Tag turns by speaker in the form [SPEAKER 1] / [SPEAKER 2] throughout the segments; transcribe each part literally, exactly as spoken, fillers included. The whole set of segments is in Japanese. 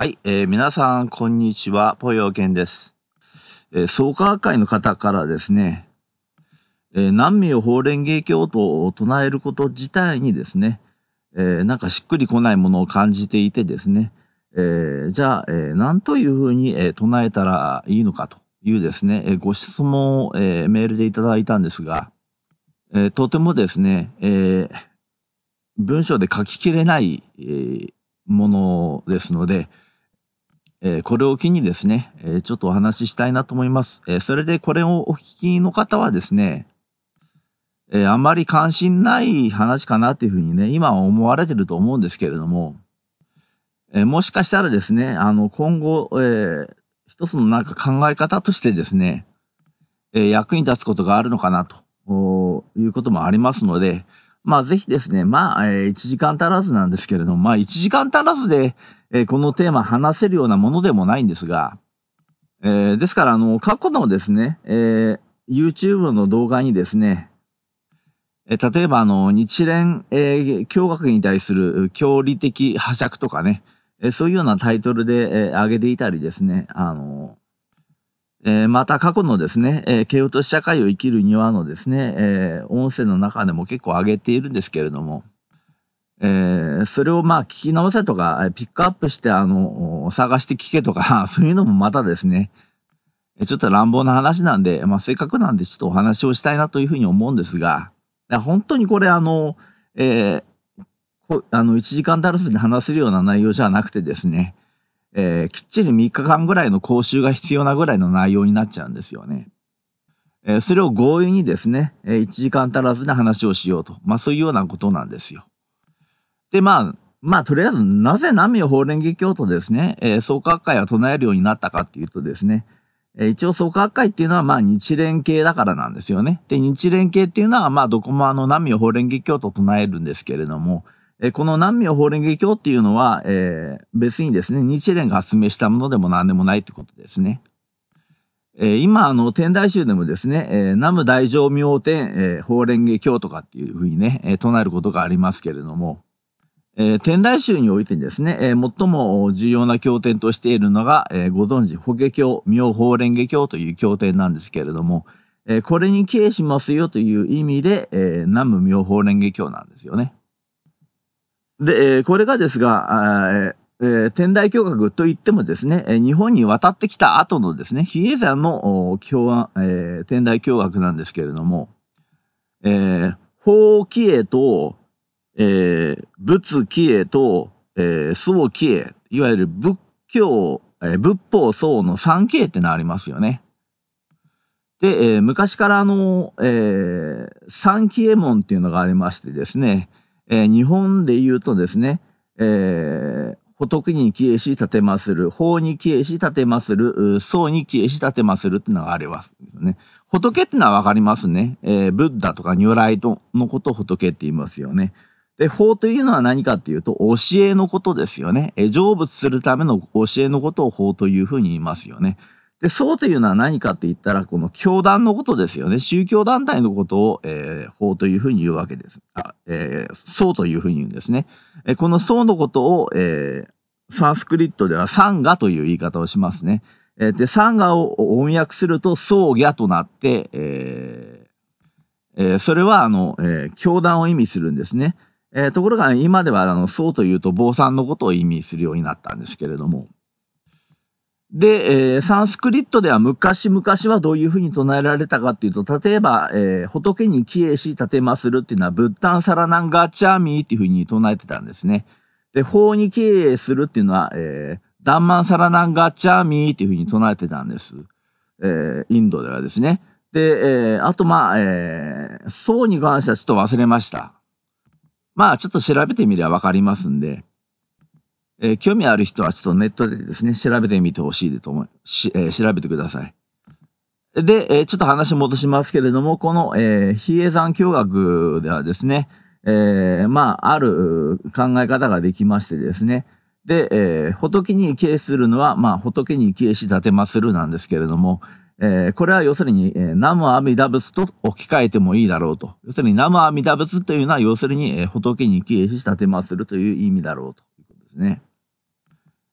[SPEAKER 1] はい、えー皆さん、こんにちは。ぽよけんです。えー創価学会の方からですね、えー南無法蓮華経と唱えること自体にですね、えーなんかしっくりこないものを感じていてですね、えーじゃあ、えー何というふうに、えー唱えたらいいのかというですね、えーご質問を、えーメールでいただいたんですが、えーとてもですね、えー文章で書ききれない、えーものですので、えーこれを機にですね、えーちょっとお話ししたいなと思います。えーそれでこれをお聞きの方はですね、えーあんまり関心ない話かなっていうふうにね、今は思われてると思うんですけれども、えーもしかしたらですね、あの、今後、えー一つのなんか考え方としてですね、えー役に立つことがあるのかなとおーいうこともありますので、まあぜひですね、まあ、えーいちじかん足らずなんですけれども、まあいちじかん足らずで、えーこのテーマ話せるようなものでもないんですが、えーですから、あの、過去のですね、えー YouTube の動画にですね、えー例えば、あの、日蓮、えー教学に対する教理的拝借とかね、えーそういうようなタイトルで、えー上げていたりですね、あの、えーまた過去のですね、えー、蹴落とし社会を生きるにはのですね、えー音声の中でも結構上げているんですけれども、えーそれをまあ聞き直せとか、えーピックアップして、あの、探して聞けとか、そういうのもまたですね、えちょっと乱暴な話なんで、まあ、せっかくなんでちょっとお話をしたいなというふうに思うんですが、いや本当にこれあの、えーこあのいちじかん足らずで話せるような内容じゃなくてですね、えーきっちりみっかかんぐらいの講習が必要なぐらいの内容になっちゃうんですよね。えーそれを強引にですね、えーいちじかん足らずで話をしようと。まあそういうようなことなんですよ。で、まあ、まあとりあえずなぜ南無法蓮華経とですね、えー創価学会は唱えるようになったかっていうとですね、えー一応創価学会っていうのはまあ日蓮系だからなんですよね。で、日蓮系っていうのはまあどこもあの南無法蓮華経と唱えるんですけれども、えーこの南無法蓮華経っていうのは、えー別にですね、日蓮が発明したものでも何でもないってことですね。えー今、あの、天台宗でもですね、えー南無大乗明天、えー法蓮華経とかっていうふうにね、えー唱えることがありますけれども、えー天台宗においてですね、えー最も重要な経典としているのが、えーご存知、法華経、妙法蓮華経という経典なんですけれども、えーこれに帰依しますよという意味で、えー南無妙法蓮華経なんですよね。で、えーこれがですが、あーえー天台教学といってもですね、えー日本に渡ってきた後のですね、比叡山のお教案、えー天台教学なんですけれども、えー法起依と、えー仏起依と、えー僧起依、いわゆる仏教、えー仏法僧の三起依ってのありますよね。で、えー昔からあの、えー三起依門っていうのがありましてですね、えー日本で言うとですね、えー仏に帰依し立てまする、法に帰依し立てまする、う僧に帰依し立てまするっていうのがありますね。仏ってのはわかりますね。えーブッダとか如来とのことを仏って言いますよね。で、法というのは何かっていうと、教えのことですよね。えー成仏するための教えのことを法というふうに言いますよね。で、僧というのは何かって言ったら、この教団のことですよね。宗教団体のことを、えー法というふうに言うわけです。あ、えー僧というふうに言うんですね。えーこの僧のことを、えーサンスクリットではサンガという言い方をしますね。えーで、サンガを音訳すると僧ギャとなって、えーえーそれは、あの、えー教団を意味するんですね。えーところが、今では、あの、僧というと坊さんのことを意味するようになったんですけれども、で、えーサンスクリットでは昔々はどういうふうに唱えられたかっていうと、例えば、えー仏に帰依し立てまするっていうのは、ブッダンサラナンガチャーミーっていうふうに唱えてたんですね。で、法に帰依するっていうのは、えーダンマンサラナンガチャーミーっていうふうに唱えてたんです。えーインドではですね。で、えーあと、まあ、えー、僧に関してはちょっと忘れました。まあ、ちょっと調べてみればわかりますんで、えー興味ある人はちょっとネットでですね、調べてみてほしいと思い、し、えー調べてください。で、えーちょっと話戻しますけれども、この、えー比叡山教学ではですね、えーまあ、ある考え方ができましてですね、で、えー仏に帰依するのは、まあ、仏に帰依し立てまするなんですけれども、えーこれは要するに、えー、南無阿弥陀仏と置き換えてもいいだろうと。要するに、南無阿弥陀仏というのは、要するに、えー仏に帰依し立てまするという意味だろうということですね。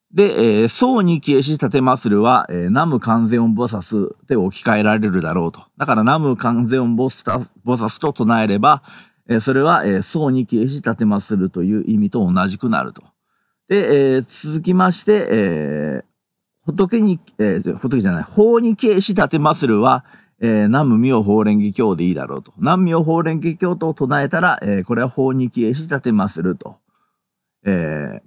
[SPEAKER 1] で、えー、僧に帰依し立てまするは、えー、南無観世音菩薩で置き換えられるだろうと。だから南無観世音菩薩と唱えれば、えー、それは、えー、僧に帰依し立てまするという意味と同じくなると。で、えー、続きまして、えー、仏に、えー、仏じゃない、法に帰依し立てまするは、えー、南無妙法蓮華経でいいだろうと。南無妙法蓮華経と唱えたら、えー、これは法に帰依し立てますると。えー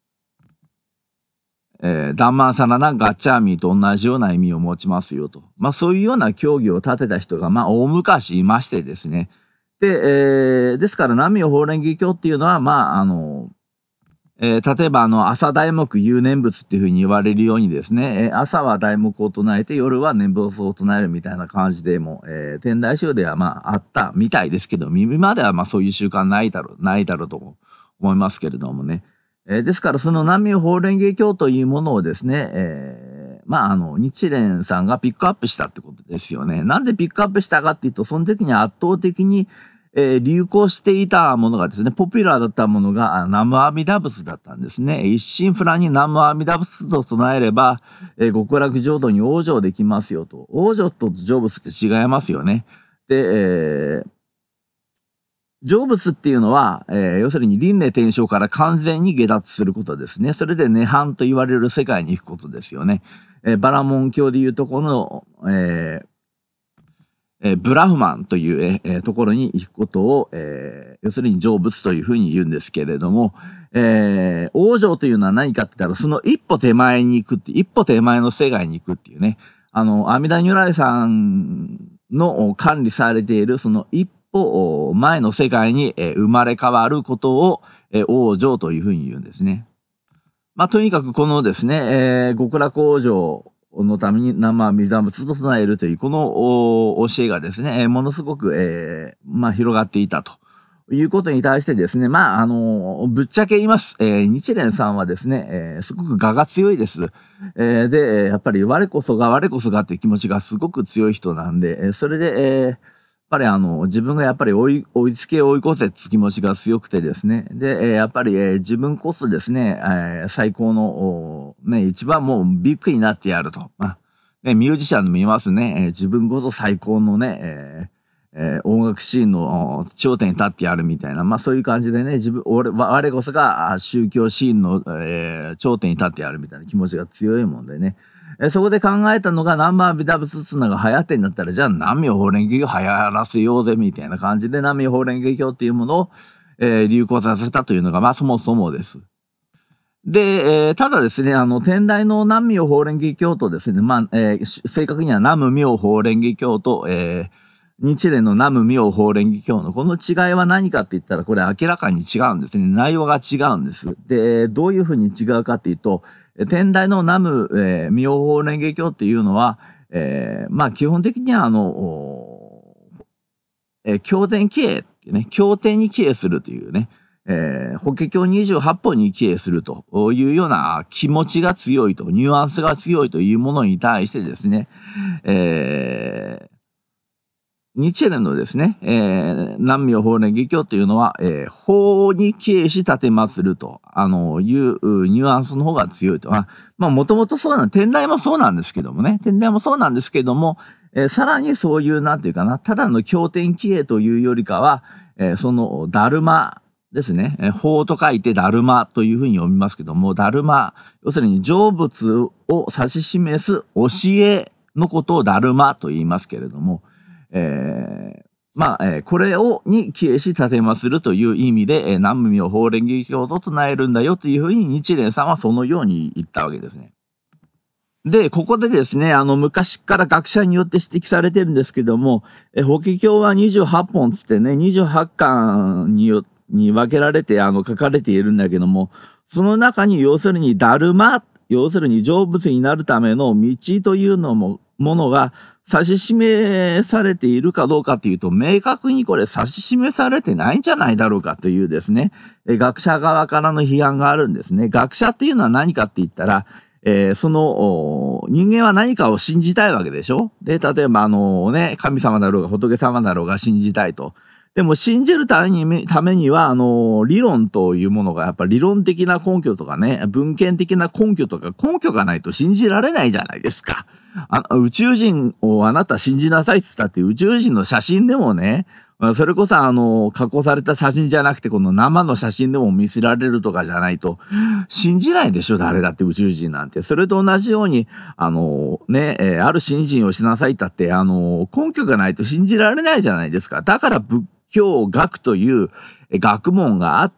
[SPEAKER 1] えー、ダンマンサラナガッチャーミーと同じような意味を持ちますよと。まあそういうような教義を立てた人が、まあ大昔いましてですね。で、えー、ですから南無法蓮華経っていうのは、まああの、えー、例えばあの、朝題目有念仏っていうふうに言われるようにですね、えー、朝は題目を唱えて夜は念仏を唱えるみたいな感じでも、えー、天台宗ではまああったみたいですけど、耳まではまあそういう習慣ないだろう、ないだろうと思いますけれどもね。えー、ですからその南無法蓮華経というものをですね、えー、まああの、日蓮さんがピックアップしたってことですよね。なんでピックアップしたかっていうと、その時に圧倒的にえー、流行していたものがですね、ポピュラーだったものが南無阿弥陀仏だったんですね。一心不乱に南無阿弥陀仏と唱えれば、えー、極楽浄土に往生できますよと。往生と成仏って違いますよね。で、えー、成仏っていうのは、えー、要するに輪廻転生から完全に下脱することですね。それで涅槃と言われる世界に行くことですよね。えー、バラモン教でいうとこの、えーえー、ブラフマンという、えー、ところに行くことを、えー、要するに成仏というふうに言うんですけれども、えー、往生というのは何かって言ったら、その一歩手前に行くって、一歩手前の世界に行くっていうね、あの、阿弥陀如来さんの管理されている、その一歩前の世界に、えー、生まれ変わることを、えー、往生というふうに言うんですね。まあ、とにかくこのですね、えー、極楽往生、のために南無阿弥陀仏と唱えるというこの教えがですね、ものすごく、えー、まあ広がっていたということに対してですね、まああのぶっちゃけ言います、えー、日蓮さんはですね、えー、すごく我が強いです。えー、でやっぱり我こそが我こそがという気持ちがすごく強い人なんで、それで、えーやっぱりあの、自分がやっぱり追い、追いつけ追い越せって気持ちが強くてですね。で、えー、やっぱり、えー、自分こそですね、えー、最高の、ね、一番もうビッグになってやると。まあ、ね、ミュージシャンでもいますね。えー、自分こそ最高のね、えーえー、音楽シーンの頂点に立ってやるみたいな。まあそういう感じでね、自分、俺、我こそが宗教シーンの、えー、頂点に立ってやるみたいな気持ちが強いもんでね。えそこで考えたのが南無阿弥陀仏つなが流行ってんだったら、じゃあ南無法蓮華経流行らせようぜみたいな感じで南無法蓮華経っていうものを、えー、流行させたというのが、まあそもそもです。で、えー、ただですね、あの、天台の南無法蓮華経とですね、まあ、えー、正確には南無妙法蓮華経と、えー、日蓮の南無妙法蓮華経のこの違いは何かって言ったら、これ明らかに違うんですね。内容が違うんです。で、どういうふうに違うかっていうと、天台の南無、えー、妙法蓮華経っていうのは、えー、まあ基本的にはあの、えー、経典帰依っていうね、経典に帰依するというね、えー、法華経にじゅうはっぽんに帰依するというような気持ちが強いと、ニュアンスが強いというものに対してですね、えー、日蓮のですね、えー、南無法蓮華経というのは、えー、法に帰依し立てますると、あの、いうニュアンスの方が強いと。まあ、もともとそうなん、天台もそうなんですけどもね、天台もそうなんですけども、えー、さらにそういう、なんていうかな、ただの経典帰依というよりかは、えー、その、ダルマですね、えー、法と書いてダルマというふうに読みますけども、ダルマ、要するに成仏を指し示す教えのことをダルマと言いますけれども、えー、まあ、えー、これをに帰依し立てまするという意味で、えー、南無妙法蓮華経と唱えるんだよというふうに日蓮さんはそのように言ったわけですね。で、ここでですね、あの、昔から学者によって指摘されてるんですけども、えー、法華経はにじゅうはっぽんつってね、にじゅうはちかんによに分けられて、あの、書かれているんだけども、その中に要するにダルマ、要するに成仏になるための道というのも、ものが、指し示されているかどうかっていうと、明確にこれ指し示されてないんじゃないだろうかというですね、え学者側からの批判があるんですね。学者っていうのは何かって言ったら、えー、その、人間は何かを信じたいわけでしょ。で、例えばあのね、神様だろうが仏様だろうが信じたいと。 でも信じるために、ためには、あの、理論というものが、やっぱり理論的な根拠とかね、文献的な根拠とか、根拠がないと信じられないじゃないですか。あ宇宙人をあなた信じなさいって言ったって、宇宙人の写真でもね、それこそあの、加工された写真じゃなくて、この生の写真でも見せられるとかじゃないと、信じないでしょ、誰だって宇宙人なんて。それと同じように、あの、ね、えー、ある信心をしなさいって言ったって、あの、根拠がないと信じられないじゃないですか。だから仏教学という学問があって、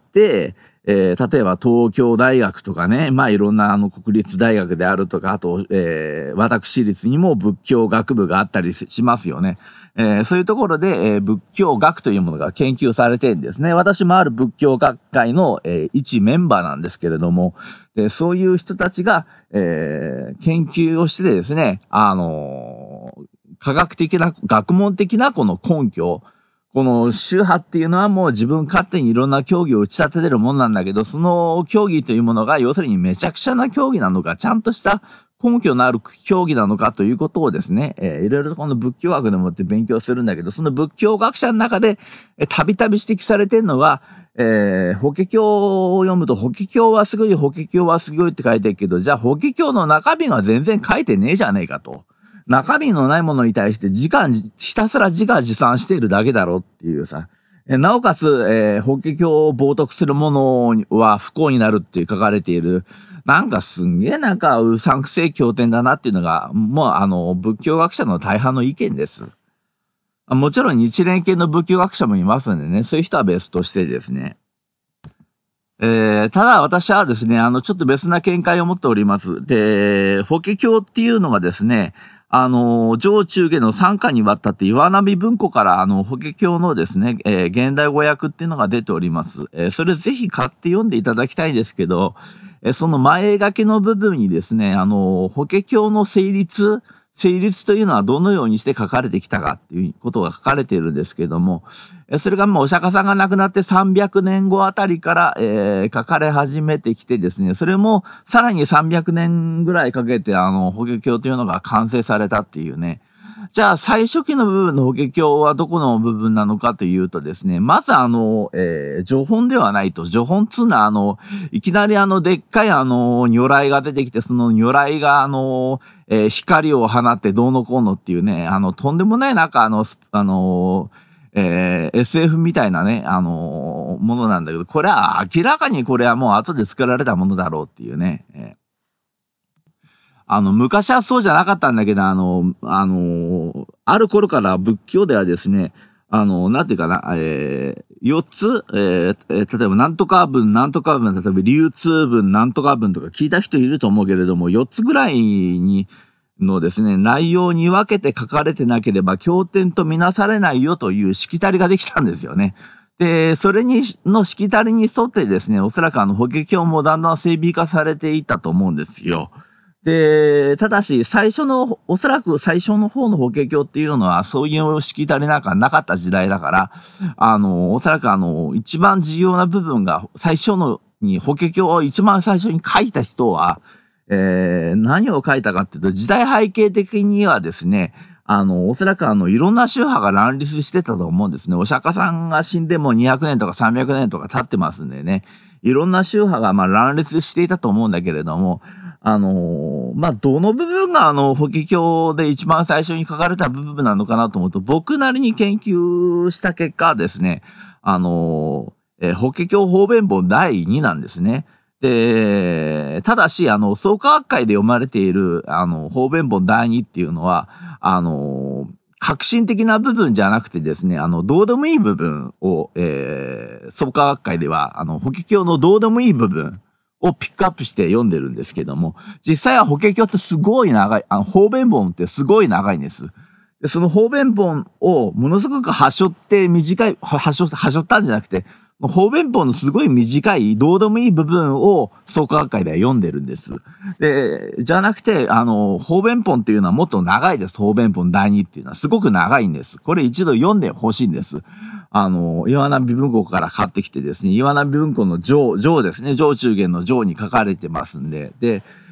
[SPEAKER 1] えー、例えば東京大学とかね、まあいろんなあの国立大学であるとか、あと、えー、私立にも仏教学部があったりしますよね。えー、そういうところで、えー、仏教学というものが研究されてるんですね。私もある仏教学会の、えー、一メンバーなんですけれども、でそういう人たちが、えー、研究をしてですね、あのー、科学的な、学問的なこの根拠、この宗派っていうのはもう自分勝手にいろんな競技を打ち立ててるもんなんだけど、その競技というものが要するにめちゃくちゃな競技なのか、ちゃんとした根拠のある競技なのかということをですね、えー、いろいろとこの仏教学でもって勉強するんだけど、その仏教学者の中で、えー、たびたび指摘されてるのが、えー、法華経を読むと、法華経はすごい、法華経はすごいって書いてるけど、じゃあ法華経の中身が全然書いてねえじゃねえかと。中身のないものに対して時間、ひたすら自画自賛しているだけだろっていうさ。なおかつ、えー、法華経を冒涜するものは不幸になるって書かれている。なんかすんげえなんかうさんくせえ経典だなっていうのが、もうあの、仏教学者の大半の意見です。もちろん日蓮系の仏教学者もいますんでね、そういう人は別としてですね。えー、ただ私はですね、あの、ちょっと別な見解を持っております。で、法華経っていうのがですね、あの、上中下の三巻にわたって岩波文庫からあの、法華経のですね、えー、現代語訳っていうのが出ております。えー、それぜひ買って読んでいただきたいんですけど、えー、その前書きの部分にですね、あの、法華経の成立、成立というのはどのようにして書かれてきたかっていうことが書かれているんですけども、それがもうお釈迦さんが亡くなってさんびゃくねんごあたりから、えー、書かれ始めてきてですね、それもさらにさんびゃくねんぐらいかけてあの法華経というのが完成されたっていうね。じゃあ最初期の部分の法華経はどこの部分なのかというとですね、まずあの、えー、序本ではないと。序本っつうのはあの、いきなりあの、でっかいあの、如来が出てきて、その如来があの、えー、光を放ってどうのこうのっていうね、あの、とんでもないなんかあの、あの、えー、エスエフ みたいなね、あのー、ものなんだけど、これは明らかにこれはもう後で作られたものだろうっていうね。えー、あの、昔はそうじゃなかったんだけど、あの、あのー、ある頃から仏教ではですね、あの、なんていうかな、えー、よっつ、えー、例えば、なんとか文、なんとか文、例えば、流通文、なんとか文とか聞いた人いると思うけれども、よっつぐらいに、のですね、内容に分けて書かれてなければ、経典とみなされないよというしきたりができたんですよね。で、それに、のしきたりに沿ってですね、おそらくあの、法華経もだんだん整備化されていったと思うんですよ。で、ただし、最初の、おそらく最初の方の法華経っていうのは、そういうしきたりなんかなかった時代だから、あの、おそらくあの、一番重要な部分が、最初のに法華経を一番最初に書いた人は、えー、何を書いたかっていうと、時代背景的にはですね、あの、おそらくあの、いろんな宗派が乱立してたと思うんですね。お釈迦さんが死んでもにひゃくねんとかさんびゃくねんとか経ってますんでね、いろんな宗派がまあ乱立していたと思うんだけれども、あのー、まあ、どの部分があの、法華経で一番最初に書かれた部分なのかなと思うと、僕なりに研究した結果ですね、あのー、えー、法華経方便本だいになんですね。で、ただし、あの、創価学会で読まれている、あの、方便本だいにっていうのは、あの、革新的な部分じゃなくてですね、あの、どうでもいい部分を、えー、創価学会では、あの、法華経のどうでもいい部分をピックアップして読んでるんですけども、実際は法華経ってすごい長い、あの、方便本ってすごい長いんです。で、その方便本をものすごくはしょって短い、はしょ、はしょったんじゃなくて、方便本のすごい短い、どうでもいい部分を創価学会では読んでるんです。で、じゃなくて、あの、方便本っていうのはもっと長いです。方便本だいにっていうのはすごく長いんです。これ一度読んでほしいんです。あの、岩波文庫から買ってきてですね、岩波文庫の上、上ですね、上中元の上に書かれてますんで、で、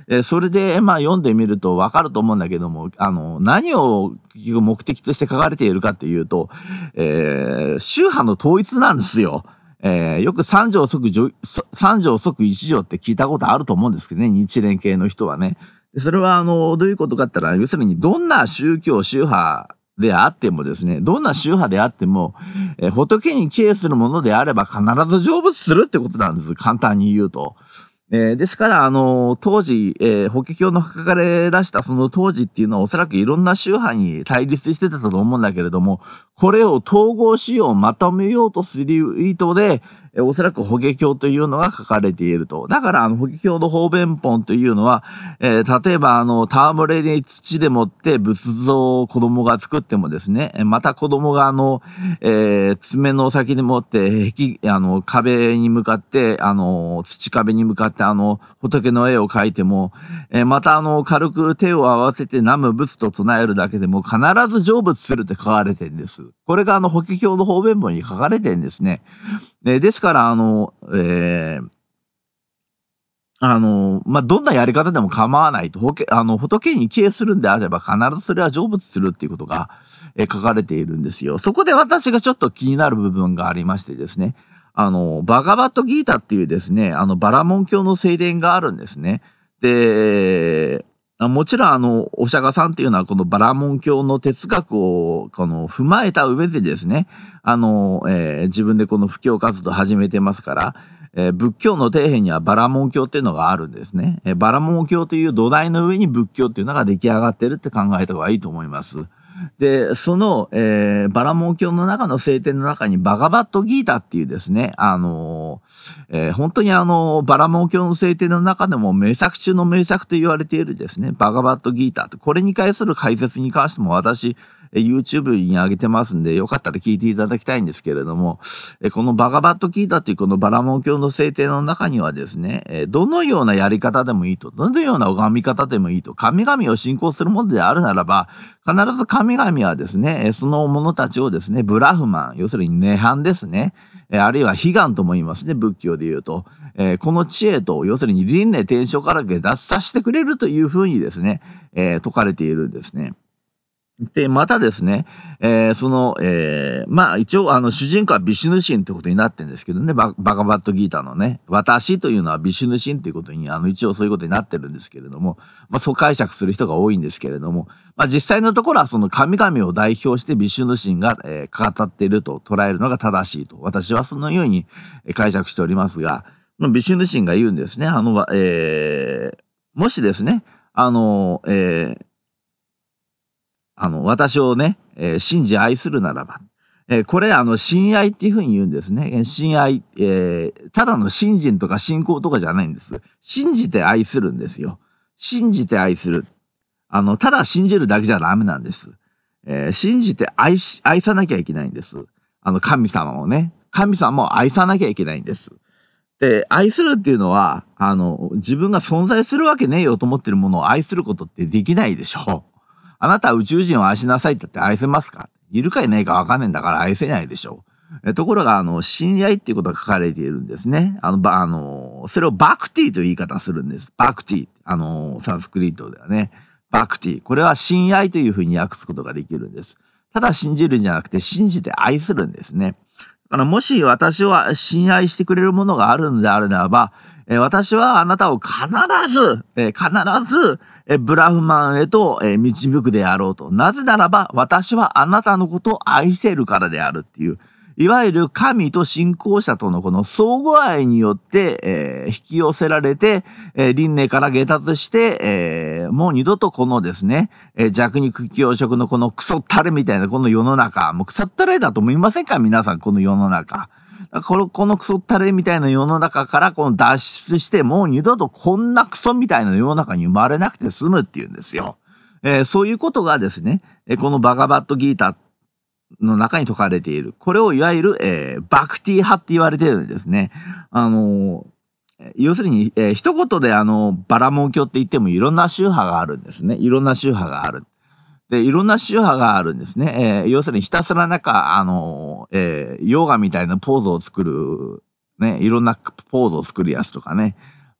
[SPEAKER 1] えーそれで、まあ読んでみるとわかると思うんだけども、あの、何を目的として書かれているかっていうと、えー宗派の統一なんですよ。えーよく三条即じょ三条即一条って聞いたことあると思うんですけどね、日蓮系の人はね。でそれは、あの、どういうことかって言ったら、要するに、どんな宗教、宗派であってもですね、どんな宗派であっても、えー仏に帰依するものであれば必ず成仏するってことなんです。簡単に言うと。えーですから、あの、当時、えー法華経の書かれ出したその当時っていうのはおそらくいろんな宗派に対立してたと思うんだけれども、これを統合しよう、まとめようとする意図で、えーおそらく法華経というのが書かれていると。だから、あの、法華経の方便本というのは、えー例えば、あの、戯れに土でもって仏像を子供が作ってもですね、えーまた子供があの、えー爪の先でもって、壁、あの、壁に向かって、あの、土壁に向かって、あの、仏の絵を描いても、えーまたあの、軽く手を合わせて南無仏と唱えるだけでも必ず成仏するって書かれてるんです。これがあの、法華経の方便本に書かれてるんですね。えーですから、あの、えーあの、まあ、どんなやり方でも構わないと、仏、あの、仏に帰依するんであれば必ずそれは成仏するっていうことが、えー書かれているんですよ。そこで私がちょっと気になる部分がありましてですね、あの、バガバットギータっていうですね、あの、バラモン教の聖典があるんですね。で、あもちろんあの、お釈迦さんっていうのはこのバラモン教の哲学をこの踏まえた上でですね、あの、えー自分でこの布教活動を始めてますから、えー仏教の底辺にはバラモン教っていうのがあるんですね。えーバラモン教という土台の上に仏教っていうのが出来上がってるって考えた方がいいと思います。で、その、えーバラモン教の中の聖典の中にバガバットギータっていうですね、あのーえー本当にあの、バラモン教の聖典の中でも名作中の名作と言われているですね、バガバットギータって、これに関する解説に関しても私、えー YouTube に上げてますんで、よかったら聞いていただきたいんですけれども、えーこのバガバットギータっていうこのバラモン教の聖典の中にはですね、えーどのようなやり方でもいいと、どのような拝み方でもいいと、神々を信仰するものであるならば、必ず神々はですね、えーその者たちをですね、ブラフマン、要するに涅槃ですね、えーあるいは悲願とも言いますね、仏教で言うと。えーこの知恵と、要するに輪廻転生から下脱させてくれるというふうにですね、えー説かれているんですね。で、またですね、えーその、えーまあ一応あの主人公はビシュヌ神ってことになってるんですけどね、ババガバットギータのね、私というのはビシュヌ神っていうことに、あの一応そういうことになってるんですけれども、まあそう解釈する人が多いんですけれども、まあ実際のところはその神々を代表してビシュヌ神が、えー語っていると捉えるのが正しいと、私はそのように解釈しておりますが、ビシュヌ神が言うんですね、あの、えーもしですね、あの、えーあの、私をね、えー信じ愛するならば。えーこれ、あの、親愛っていうふうに言うんですね。えー親愛、えーただの信心とか信仰とかじゃないんです。信じて愛するんですよ。信じて愛する。あの、ただ信じるだけじゃダメなんです。えー信じて愛し、愛さなきゃいけないんです。あの、神様をね。神様を愛さなきゃいけないんです。で、愛するっていうのは、あの、自分が存在するわけねえよと思ってるものを愛することってできないでしょう。あなたは宇宙人を愛しなさいって言って愛せますか？いるかいないかわかんないんだから愛せないでしょう。えところが、あの、親愛っていうことが書かれているんですね。あの、ば、あの、それをバクティという言い方するんです。バクティ。あの、サンスクリットではね。バクティ。これは親愛というふうに訳すことができるんです。ただ信じるんじゃなくて信じて愛するんですね。だからもし私は信愛してくれるものがあるのであるならば、えー私はあなたを必ず、えー必ず、えーブラフマンへと、えー導くであろうと。なぜならば、私はあなたのことを愛しているからであるっていう。いわゆる神と信仰者とのこの相互愛によって、えー引き寄せられて、えー輪廻から下脱して、えーもう二度とこのですね、えー弱肉強食のこのクソったれみたいなこの世の中、もう腐ったれだと思いませんか皆さん、この世の中。この、このクソったれみたいな世の中からこの脱出して、もう二度とこんなクソみたいな世の中に生まれなくて済むっていうんですよ。えーそういうことがですね、えーこのバガバットギータの中に説かれている。これをいわゆる、えーバクティ派って言われているんですね。あのー要するに、えー一言であの、バラモン教って言ってもいろんな宗派があるんですね。いろんな宗派がある。で、いろんな宗派があるんですね。えー要するにひたすらなんか、あのーえーヨガみたいなポーズを作る、ね、いろんなポーズを作るやつとかね。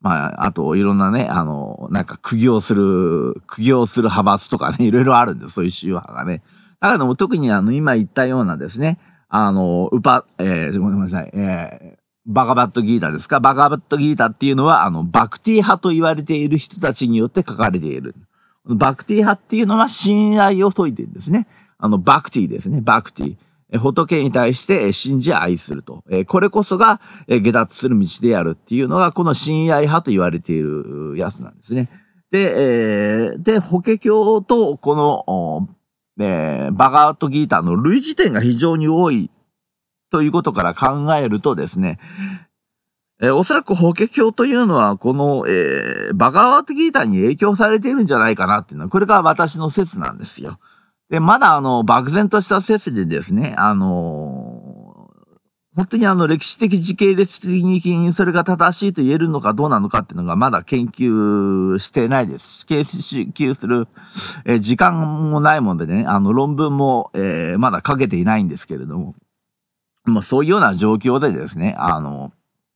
[SPEAKER 1] まあ、あと、いろんなね、あの、なんか、苦行する、苦行する派閥とかね、いろいろあるんです。そういう宗派がね。だけども、特にあの、今言ったようなですね、あの、ウパ、えー、ごめんなさい、えー、バガバットギータですか。バガバットギータっていうのは、あの、バクティ派と言われている人たちによって書かれている。バクティ派っていうのは信愛を説いてるんですね。あの、バクティですね。バクティ。仏に対して信じ愛すると。これこそが下脱する道であるっていうのが、この親愛派と言われているやつなんですね。で、えー、で、法華経とこの、えー、バガバットギータの類似点が非常に多いということから考えるとですね、えー、おそらく法華経というのは、この、えー、バガバットギータに影響されているんじゃないかなっていうのは、これが私の説なんですよ。で、まだあの、漠然とした説でですね、あのー、本当にあの、歴史的時系列的にそれが正しいと言えるのかどうなのかっていうのがまだ研究してないです。研究する、えー、時間もないもんでね、あの、論文も、えー、まだ書けていないんですけれども、まあそういうような状況でですね、あの、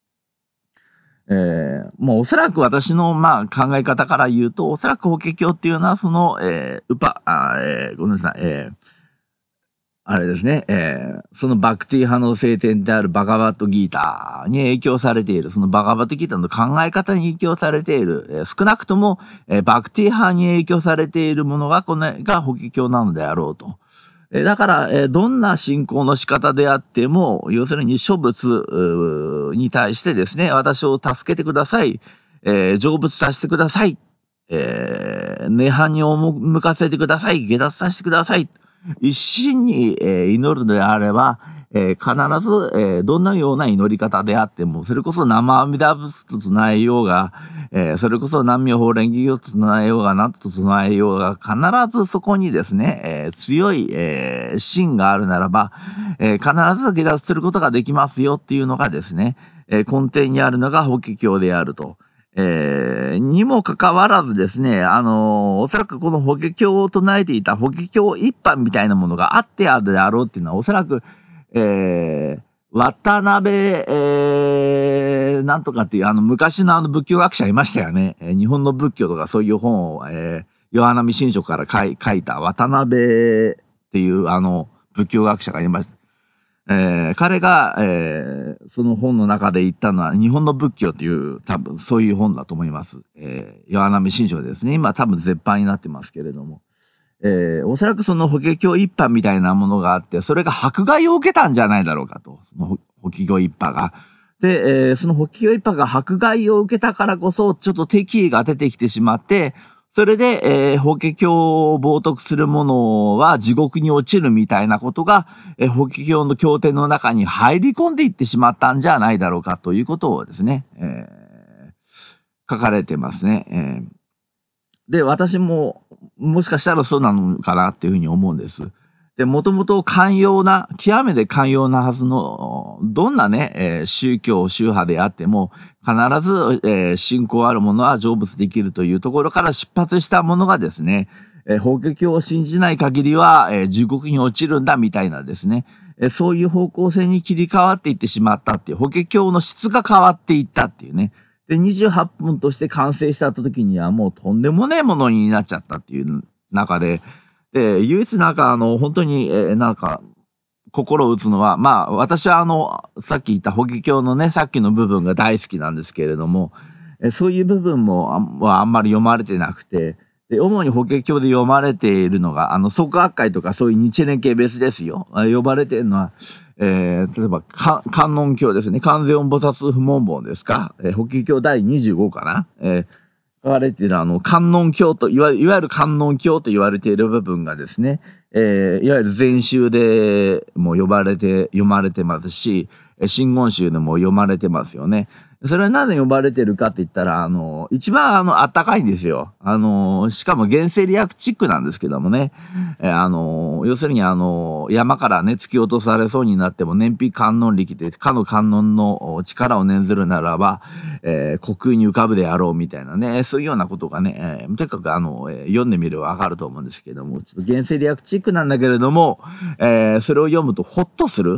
[SPEAKER 1] えー、もうおそらく私の、まあ、考え方から言うと、おそらく法華経っていうのは、その、えー、ウパ、あえー、ごめんなさい、えー、あれですね、えー、そのバクティ派の聖典であるバガバットギータに影響されている、そのバガバットギータの考え方に影響されている、えー、少なくとも、えー、バクティ派に影響されているものが、これが法華経なのであろうと。だから、どんな信仰の仕方であっても、要するに諸仏に対してですね、私を助けてください、えー、成仏させてください、えー、涅槃に向かせてください、下脱させてください、一心に、えー、祈るのであれば、えー、必ず、えー、どんなような祈り方であっても、それこそ生阿弥陀仏と唱えようが、えー、それこそ南無妙法蓮華経と唱えようが、何と唱えようが、必ずそこにですね、えー、強い、えー、心があるならば、えー、必ず下脱することができますよっていうのがですね、えー、根底にあるのが法華経であると。えー、にもかかわらずですね、あのー、おそらくこの法華経を唱えていた法華経一般みたいなものがあってあるであろうっていうのは、おそらく、えー、渡辺、えー、なんとかっていう、あの、昔のあの仏教学者いましたよね。えー、日本の仏教とかそういう本を、えー、岩波新書から書い書いた渡辺っていうあの仏教学者がいました。えー、彼が、えー、その本の中で言ったのは、日本の仏教という、多分そういう本だと思います。えー、岩波新書ですね。今多分絶版になってますけれども。えー、おそらくその法華経一派みたいなものがあって、それが迫害を受けたんじゃないだろうかと。その法華経一派が。で、えー、その法華経一派が迫害を受けたからこそ、ちょっと敵意が出てきてしまって、それで、えー、法華経を冒涜する者は地獄に落ちるみたいなことが、えー、法華経の経典の中に入り込んでいってしまったんじゃないだろうかということをですね、えー、書かれてますね。えー、で、私も、もしかしたらそうなのかなっていうふうに思うんです。で、もともと寛容な、極めて寛容なはずの、どんなね、えー、宗教、宗派であっても、必ず、えー、信仰あるものは成仏できるというところから出発したものがですね、えー、法華経を信じない限りは、えー、地獄に落ちるんだみたいなですね、えー、そういう方向性に切り替わっていってしまったっていう、法華経の質が変わっていったっていうね。で、にじゅうはっぷんとして完成した時にはもうとんでもねえものになっちゃったっていう中で、で、唯一なんかあの、本当に、えー、なんか、心を打つのは、まあ、私はあの、さっき言った法華経のね、さっきの部分が大好きなんですけれども、えそういう部分もあはあんまり読まれてなくて、で、主に法華経で読まれているのが、あの、創価学会とかそういう日蓮系別ですよ。呼ばれているのは、えー、例えば、観音経ですね。観世音菩薩不問本ですか。えー、法華経だいにじゅうごかな。えー書かれているあの、観音経と、いわいわゆる観音経と言われている部分がですね、えー、いわゆる禅宗でも呼ばれて、読まれてますし、真言宗でも読まれてますよね。それはなぜ呼ばれてるかって言ったら、あの、一番あの、あったかいんですよ。あの、しかも原生リアクチックなんですけどもね。えあの、要するにあの、山からね、突き落とされそうになっても、燃費観音力で、かの観音の力を念ずるならば、えー、虚空に浮かぶであろうみたいなね、そういうようなことがね、えー、とにかくあの、えー、読んでみればわかると思うんですけども、ちょっと原生リアクチックなんだけれども、えー、それを読むとほっとする、ほっと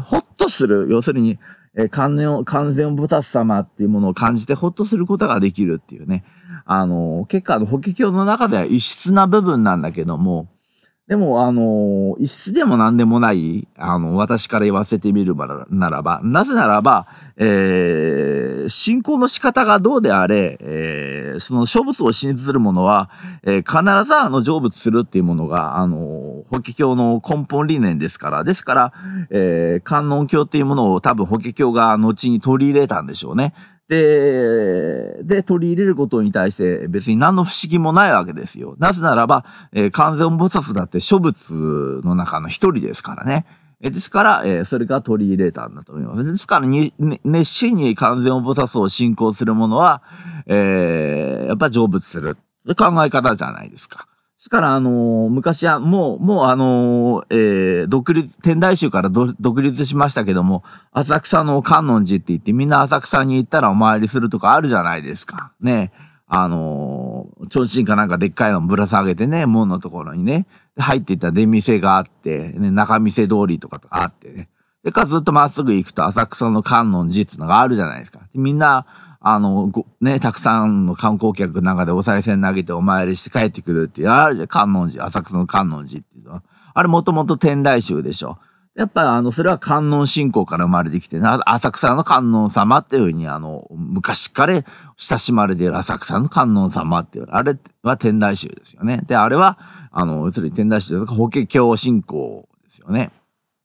[SPEAKER 1] する、要するに、えー、観音、観世音菩薩様っていうものを感じてほっとすることができるっていうね。あの、結構あの、法華経の中では異質な部分なんだけども、でも、あの、異質でも何でもない、あの、私から言わせてみるならば、なぜならば、えー、信仰の仕方がどうであれ、えー、その諸仏を信ずる者は、えー、必ずあの成仏するっていうものが、あの、法華経の根本理念ですから、ですから、えー、観音経っていうものを多分法華経が後に取り入れたんでしょうね。で、で、取り入れることに対して別に何の不思議もないわけですよ。なぜならば、えー、観世音菩薩だって諸仏の中の一人ですからね。えー、ですから、えー、それが取り入れたんだと思います。ですからに、ね、熱心に観世音菩薩を信仰する者は、えー、やっぱ成仏する。考え方じゃないですか。ですから、あのー、昔は、もう、もう、あのー、えー、独立、天台宗から独立しましたけども、浅草の観音寺って言って、みんな浅草に行ったらお参りするとかあるじゃないですか。ね。あのー、提灯かなんかでっかいのぶら下げてね、門のところにね、入っていった出店があって、ね、中店通りとかあってね。でかずっとまっすぐ行くと浅草の観音寺っていうのがあるじゃないですか。みんな、あの、ご、ね、たくさんの観光客の中でお賽銭投げてお参りして帰ってくるっていう、あるじゃん、観音寺、浅草の観音寺っていうのは。あれもともと天台宗でしょ。やっぱりあの、それは観音信仰から生まれてきて、浅草の観音様っていうふうに、あの、昔から親しまれている浅草の観音様っていう、あれは天台宗ですよね。で、あれは、あの、要するに天台宗とか法華経信仰ですよね。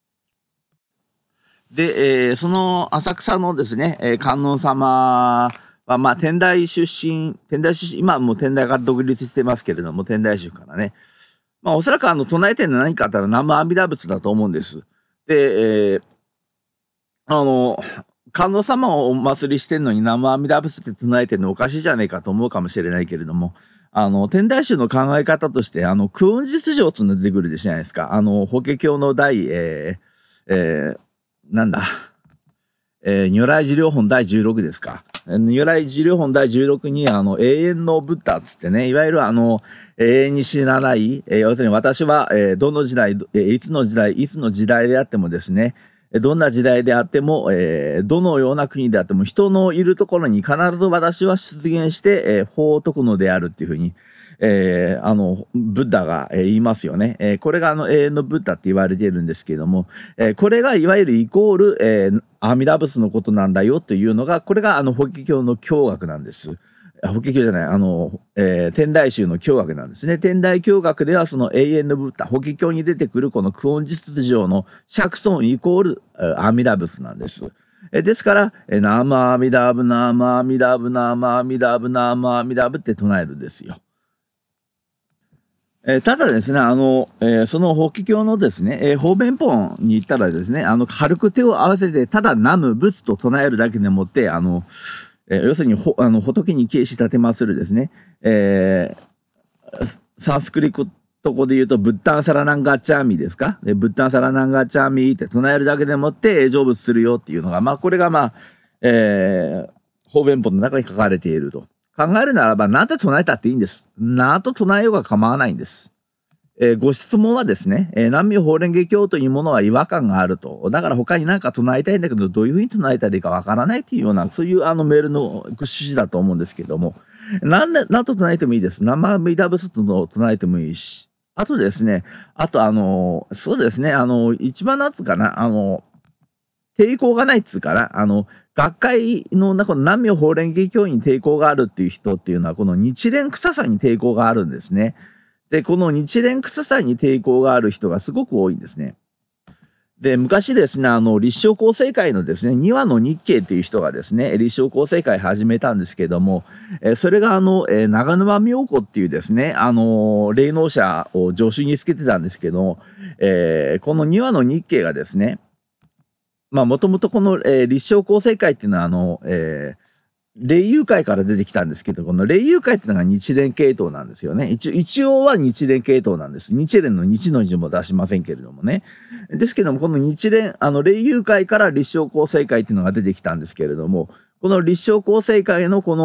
[SPEAKER 1] で、えー、その浅草のですね、えー、観音様は、まあ、天台出身、天台出身、今はもう天台から独立してますけれども、天台宗からね。まあ、おそらくあの、唱えてるのは何かあったら南無阿弥陀仏だと思うんです。で、えー、あの、観音様をお祭りしてんのに南無阿弥陀仏って唱えてるのおかしいじゃねえかと思うかもしれないけれども、あの、天台宗の考え方として、あの、空運実情っていうの出てくるじゃないですか。あの、法華経の第、えー、えー、なんだ、えー、如来寿量本だいじゅうろくですか。如来寿量本だいじゅうろくに、あの、永遠のブッダっつってね、いわゆるあの、永遠に死なない、えー、要するに私は、えー、どの時代、えー、いつの時代、いつの時代であってもですね、どんな時代であっても、えー、どのような国であっても、人のいるところに必ず私は出現して、えー、法を説くのであるっていうふうに、えー、あの、ブッダが、えー、言いますよね。えー、これがあの永遠のブッダって言われているんですけれども、えー、これがいわゆるイコール、えー、阿弥陀仏のことなんだよというのが、これがあの法華経の教学なんです。法華経じゃない、あの、えー、天台宗の教学なんですね。天台教学ではその永遠のブッダ、法華経に出てくるこの久遠実情の釈尊イコール、えー、阿弥陀仏なんです。えー、ですから、えー、ナムアミダブ、ナムアミダブ、ナムアミダブ、ナムアミダブって唱えるんですよ。えー、ただですね、あの、えー、その法華経のですね、えー、方便本に行ったらですね、あの、軽く手を合わせて、ただナム仏と唱えるだけでもって、あの、えー、要するにほ、あの、仏に敬し立てまするですね、えー、サンスクリット語で言うと、ブッダンサラナンガチャーミですか、ブッダンサラナンガチャーミって唱えるだけでもって、成仏するよっていうのが、まあ、これがまあ、えー、方便本の中に書かれていると。考えるならば、何て唱えたっていいんです。何と唱えようが構わないんです。えー、ご質問はですね、えー、南無法蓮華経というものは違和感があると。だから他に何か唱えたいんだけど、どういうふうに唱えたらいいかわからないというような、そういうあのメールの趣旨だと思うんですけども、何で、何と唱えてもいいです。南無阿弥陀仏と唱えてもいいし。あとですね、あとあの、そうですね、あの、一番なんつうかな、あの、抵抗がないっつうかな、あの、学会の中の南無法蓮華経に抵抗があるっていう人っていうのは、この日蓮臭さに抵抗があるんですね。で、この日蓮臭さに抵抗がある人がすごく多いんですね。で、昔ですね、あの、立正厚生会のですね、にわの日経っていう人がですね、立正厚生会始めたんですけども、えー、それがあの、えー、長沼妙子っていうですね、あのー、霊能者を助手につけてたんですけど、えー、このにわの日経がですね、まあ、もともとこの、えー、立正厚生会っていうのは、あの、えー、霊友会から出てきたんですけど、この霊友会っていうのが日蓮系統なんですよね。一応、一応は日蓮系統なんです。日蓮の日の字も出しませんけれどもね。ですけども、この日蓮、あの、霊友会から立正厚生会っていうのが出てきたんですけれども、この立正厚生会のこの、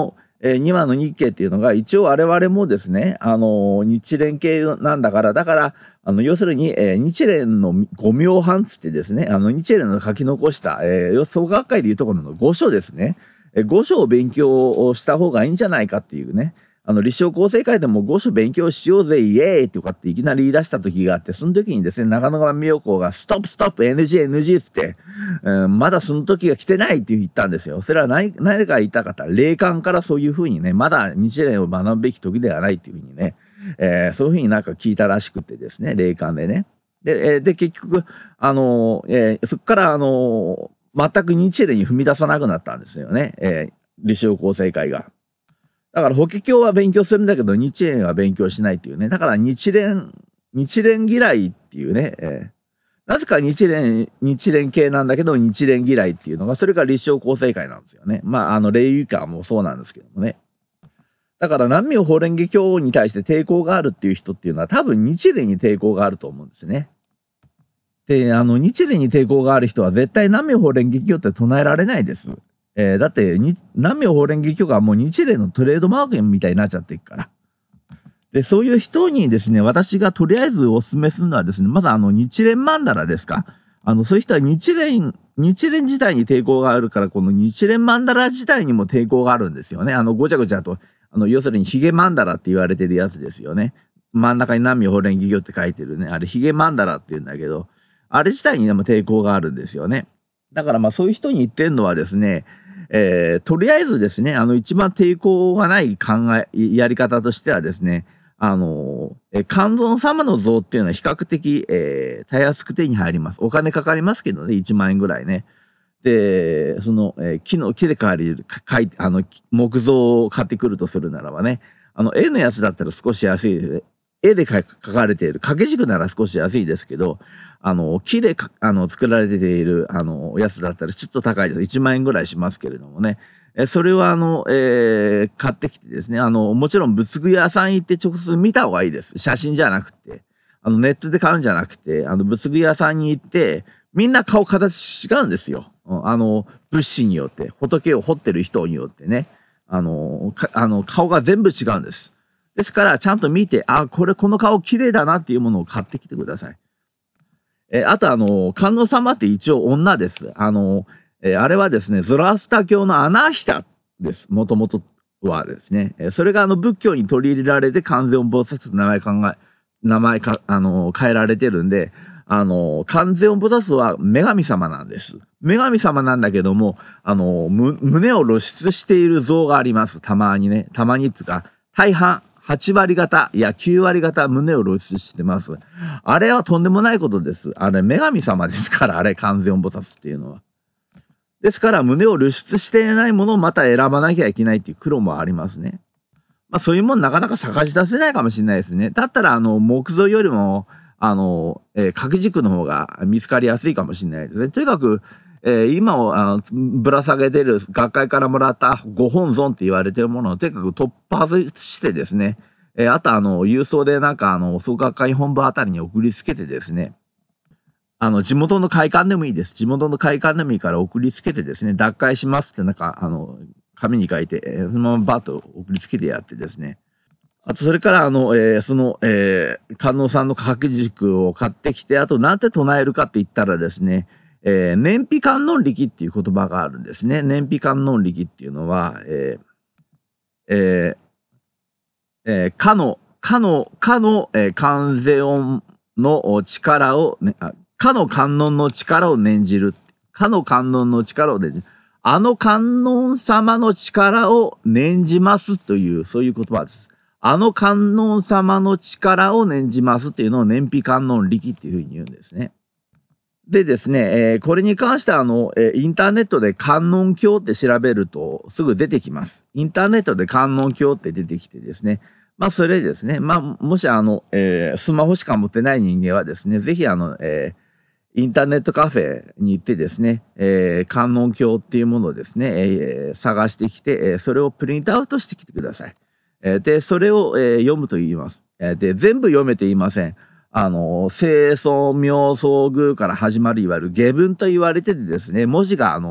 [SPEAKER 1] えー、にわの日経っていうのが、一応我々もですね、あのー、日蓮系なんだから、だから、あの、要するに、えー、日蓮の五明判つってですね、あの、日蓮の書き残した、えー、創価学会でいうところの五書ですね。えー、五書を勉強をした方がいいんじゃないかっていうね。あの、立正厚生会でも五書勉強しようぜ、イエーイとかっていきなり言い出した時があって、その時にですね、長野川美代子が、ストップストップ エヌジーエヌジー つって、うん、まだその時が来てないって言ったんですよ。それは何、何か言った方、霊感からそういうふうにね、まだ日蓮を学ぶべき時ではないっていうふうにね、えー、そういうふうになんか聞いたらしくてですね、霊感でね。で、えー、で、結局、あのー、えー、そこから、あのー、全く日蓮に踏み出さなくなったんですよね、えー、立正厚生会が。だから法華経は勉強するんだけど、日蓮は勉強しないっていうね。だから日蓮、日蓮嫌いっていうね、えー、なぜか日蓮、日蓮系なんだけど、日蓮嫌いっていうのが、それが立正厚生会なんですよね。まあ、あの、霊友会もそうなんですけどもね。だから南無法蓮華経に対して抵抗があるっていう人っていうのは、多分日蓮に抵抗があると思うんですね。で、あの、日蓮に抵抗がある人は絶対南無法蓮華経って唱えられないです。えー、だって、南無法蓮華経がもう日蓮のトレードマークみたいになっちゃっていくから。で、そういう人にですね、私がとりあえずお勧めするのはですね、まだあの日蓮曼荼羅ですか。あの、そういう人は日蓮、日蓮自体に抵抗があるから、この日蓮曼荼羅自体にも抵抗があるんですよね。あの、ごちゃごちゃと、あの、要するにヒゲ曼荼羅って言われてるやつですよね。真ん中に南無法蓮華経って書いてるね。あれ、ヒゲ曼荼羅って言うんだけど、あれ自体にでも抵抗があるんですよね。だからまあそういう人に言ってるのはですね、えー、とりあえずですね、あの一番抵抗がない考え、やり方としてはですね、あの、え観音様の像っていうのは比較的、えー、たやすく手に入ります。お金かかりますけどね、いちまんえんぐらいね。で、その、えー、木の、木で借りる、かいあの、木像を買ってくるとするならばね、あの、絵のやつだったら少し安いですね。絵で描かれている、掛け軸なら少し安いですけど、あの、木でか、あの、作られている、あの、やつだったらちょっと高いです。いちまんえんぐらいしますけれどもね。え、それはあの、えー、買ってきてですね、あの、もちろん仏具屋さん行って直接見た方がいいです。写真じゃなくて。あの、ネットで買うんじゃなくて、あの、仏具屋さんに行って、みんな顔形違うんですよ。あの、仏師によって、仏を彫ってる人によってね。あの、かあの、顔が全部違うんです。ですから、ちゃんと見て、あ、これ、この顔綺麗だなっていうものを買ってきてください。え、あとあの、観音様って一応女です。あの、え、あれはですね、ゾラスタ教のアナヒタです。もともとはですね。え、それがあの仏教に取り入れられて観世音菩薩って名前考え、名前か、あの、変えられてるんで、あの、観世音菩薩は女神様なんです。女神様なんだけども、あの、む、胸を露出している像があります。たまにね。たまにっていうか、大半。はちわり方、いやきゅうわり方胸を露出してます。あれはとんでもないことです。あれ、女神様ですから、あれ、観世音菩薩っていうのは。ですから、胸を露出していないものをまた選ばなきゃいけないっていう苦労もありますね。まあ、そういうもんなかなか探し出せないかもしれないですね。だったら、あの、木造よりも、あの、えー、掛け軸の方が見つかりやすいかもしれないですね。とにかく、えー、今を、あの、ぶら下げてる学会からもらったご本尊って言われてるものをとにかく突破してですね、えー、あとあの、郵送でなんかあの、創価学会本部あたりに送りつけてですね、あの、地元の会館でもいいです。地元の会館でもいいから送りつけてですね、脱会しますってなんか、あの、紙に書いて、えー、そのままバッと送りつけてやってですね。あと、それから、あの、えー、その、えー、観音さんの掛け軸を買ってきて、あと、なんて唱えるかって言ったらですね、えー、燃費観音力っていう言葉があるんですね。燃費観音力っていうのは、えー、えー、えー、かの、かの、かの、えー、観世音の力を、ね、あ、かの観音の力を念じる。かの観音の力を念じる。あの観音様の力を念じますという、そういう言葉です。あの観音様の力を念じますっていうのを燃費観音力っていうふうに言うんですね。でですね、えー、これに関してはあの、えー、インターネットで観音経って調べるとすぐ出てきます。インターネットで観音経って出てきてですね、まあそれですね、まあもしあの、えー、スマホしか持ってない人間はですね、ぜひあの、えー、インターネットカフェに行ってですね、えー、観音経っていうものをですね、えー、探してきて、えー、それをプリントアウトしてきてください。えー、で、それを、えー、読むと言います。えー、で、全部読めて言いません。あの、清掃、妙相宮から始まるいわゆる下文と言われててですね、文字があの、比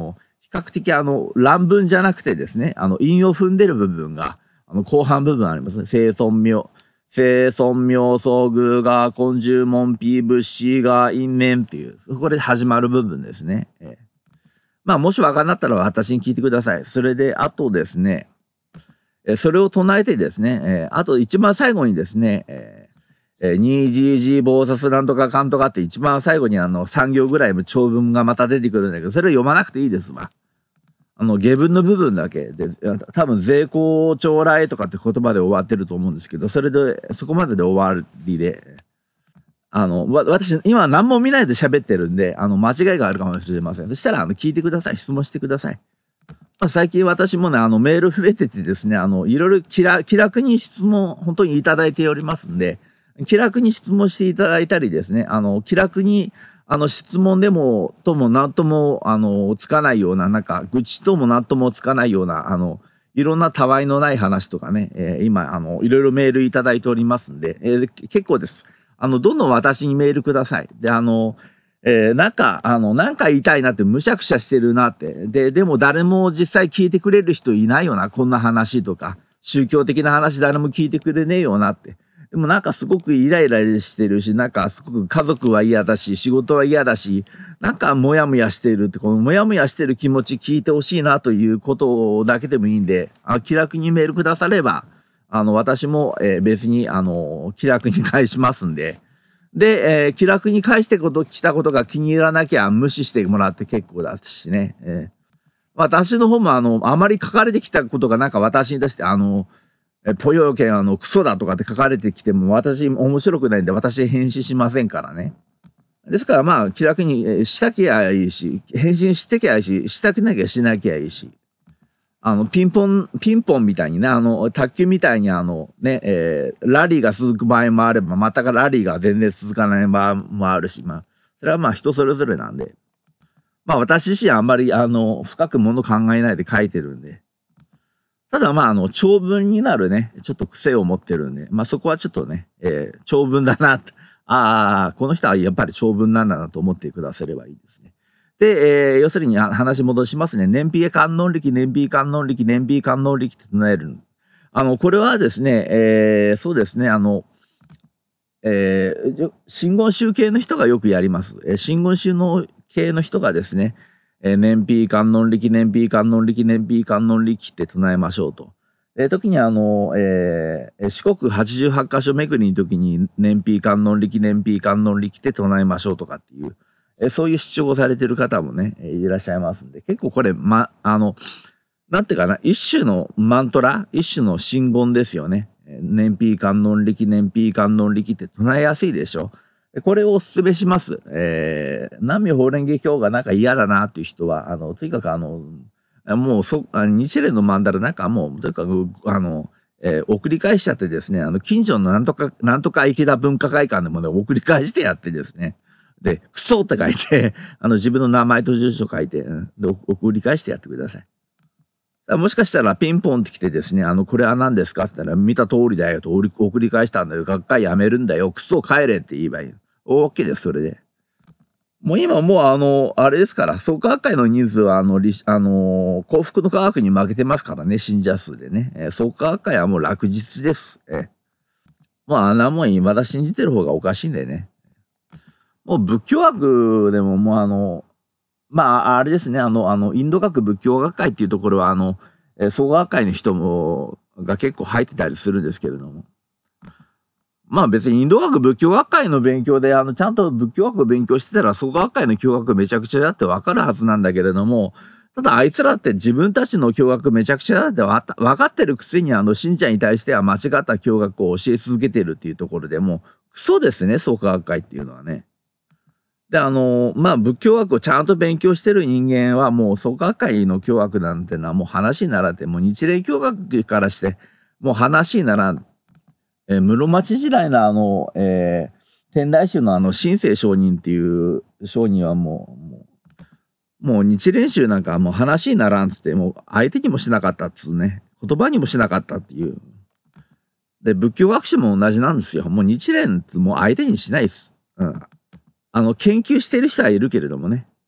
[SPEAKER 1] 較的あの乱文じゃなくてですね、あの韻を踏んでる部分があの後半部分ありますね。生尊名生尊名相偶が根十門ピ仏師が因縁っていう、そこで始まる部分ですね。えーまあ、もし分かんなったら私に聞いてください。それで、あとですね、えそれを唱えてですね、えあと一番最後にですね、えー、にじじ菩薩なんとかかんとかって一番最後にあのさん行ぐらいの長文がまた出てくるんだけど、それを読まなくていいですわ。あの、下文の部分だけで、多分、税高将来とかって言葉で終わってると思うんですけど、それで、そこまでで終わりで、あの、わ、私、今何も見ないで喋ってるんで、あの、間違いがあるかもしれません。そしたら、あの、聞いてください。質問してください。まあ、最近私もね、あの、メール増えててですね、あの、いろいろ気楽、気楽に質問、本当にいただいておりますんで、気楽に質問していただいたりですね、あの、気楽に、あの、質問でも、とも何とも、あの、つかないような、なんか、愚痴とも何ともつかないような、あの、いろんなたわいのない話とかね、えー、今、あの、いろいろメールいただいておりますんで、えー、結構です。あの、どんどん私にメールください。で、あの、えー、なんか、あの、なんか言いたいなって、むしゃくしゃしてるなって。で、でも誰も実際聞いてくれる人いないよな、こんな話とか、宗教的な話誰も聞いてくれねえよなって。でもなんかすごくイライラしてるし、なんかすごく家族は嫌だし、仕事は嫌だし、なんかモヤモヤしてるって、このモヤモヤしてる気持ち聞いてほしいなということだけでもいいんで、あ気楽にメールくだされば、あの、私も、えー、別に、あの、気楽に返しますんで、で、えー、気楽に返してこと、来たことが気に入らなきゃ無視してもらって結構だしね。えー、私の方も、あの、あまり書かれてきたことがなんか私に対して、あの、えポヨケン、あの、クソだとかって書かれてきても、私面白くないんで、私返信しませんからね。ですからまあ、気楽に、えー、したきゃいいし、返信してきゃいいし、したくなきゃしなきゃいいし。あの、ピンポン、ピンポンみたいにね、あの、卓球みたいにあの、ね、えー、ラリーが続く場合もあれば、またラリーが全然続かない場合もあるし、まあ、それはまあ人それぞれなんで。まあ私自身あんまり、あの、深くもの考えないで書いてるんで。ただまあ、あの、長文になるね、ちょっと癖を持ってるんで、まあそこはちょっとね、えー、長文だな、ああ、この人はやっぱり長文なんだなと思ってくださればいいですね。で、えー、要するに話戻しますね。燃費観音力、燃費観音力、燃費観音力って唱える。あの、これはですね、えー、そうですね、あの、えー、真言宗系の人がよくやります。えー、真言宗の系の人がですね、えー、燃費観音力、燃費観音力、燃費観音力って唱えましょうと。えー、時にあの、えー、四国はちじゅうはち箇所巡りの時に燃費観音力、燃費観音力って唱えましょうとかっていう、えー、そういう主張をされてる方もね、いらっしゃいますんで、結構これ、ま、あの、なんていうかな、一種のマントラ、一種の真言ですよね。燃費観音力、燃費観音力って唱えやすいでしょ。これをお勧めします。えー、南無法蓮華経がなんか嫌だなっていう人は、あの、とにかくあの、もうそ、日蓮の曼荼羅なんかもう、とにかく、あの、えー、送り返しちゃってですね、あの、近所のなんとか、なんとか池田文化会館でもね、送り返してやってですね、で、クソって書いて、あの、自分の名前と住所書いて、で、送り返してやってください。もしかしたらピンポンって来てですね、あの、これは何ですかって言ったら、見た通りだよと送り返したんだよ。学会やめるんだよ。クソ帰れって言えばいい。OK です、それで。もう今もうあの、あれですから、創価学会の人数はあの、あの、幸福の科学に負けてますからね、信者数でね。えー、創価学会はもう落日です。えー、もうあんなもん未だ信じてる方がおかしいんでね。もう仏教学でももうあの、まあ、あれですね、あの、あの、インド学仏教学会っていうところは、あの、えー、創価学会の人も、が結構入ってたりするんですけれども。まあ別にインド学仏教学会の勉強で、あの、ちゃんと仏教学を勉強してたら、創価学会の教学めちゃくちゃだってわかるはずなんだけれども、ただあいつらって自分たちの教学めちゃくちゃだってわかってるくせに、あの、信者に対しては間違った教学を教え続けてるっていうところでもう、クソですね、創価学会っていうのはね。で、あの、まあ、仏教学をちゃんと勉強してる人間は、もう創価学会の教学なんてのはもう話にならんて、もう日蓮教学からして、もう話にならん。えー、室町時代のあの、えー、天台宗のあの、神聖上人っていう上人はもう、もう、もう日蓮宗なんかもう話にならんつって、もう相手にもしなかったっつうね、言葉にもしなかったっていう。で、仏教学者も同じなんですよ。もう日蓮もう相手にしないです。うん。あの、研究してる人はいるけれどもね。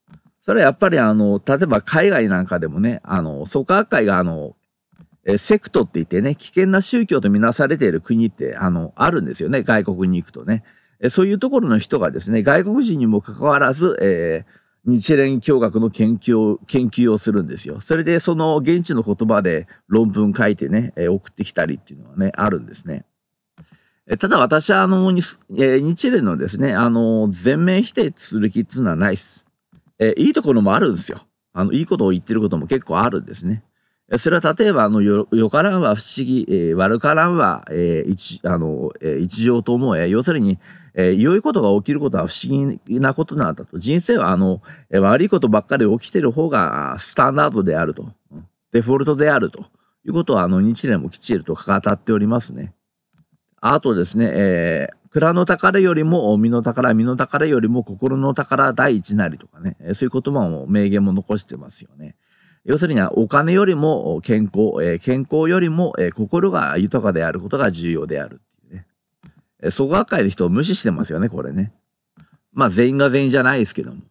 [SPEAKER 1] それはやっぱりあの、例えば海外なんかでもね、あの、創価学会があの、えセクトって言ってね、危険な宗教とみなされている国って、あの、あるんですよね、外国に行くとね。えそういうところの人がですね、外国人にもかかわらず、えー日蓮教学の研究を、研究をするんですよ。それでその現地の言葉で論文書いてね、えー送ってきたりっていうのはね、あるんですね。えただ私はあの、にえー日蓮のですね、あの、全面否定する気っていうのはないです。えーいいところもあるんですよ。あの、いいことを言ってることも結構あるんですね。えそれは例えば、あの、よ、よからんは不思議、えー悪からんは、えー一、あの、えー一情と思え。要するに、えー良いことが起きることは不思議なことなんだと。人生は、あの、えー悪いことばっかり起きてる方がスタンダードであると。デフォルトであるということは、あの、日蓮もきちんと語っておりますね。あとですね、えー、蔵の宝よりも身の宝、身の宝よりも心の宝第一なりとかね、えーそういう言葉も名言も残してますよね。要するにはお金よりも健康、えー健康よりも、えー心が豊かであることが重要であるっていうね。えー創価学会の人を無視してますよね、これね。まあ全員が全員じゃないですけども。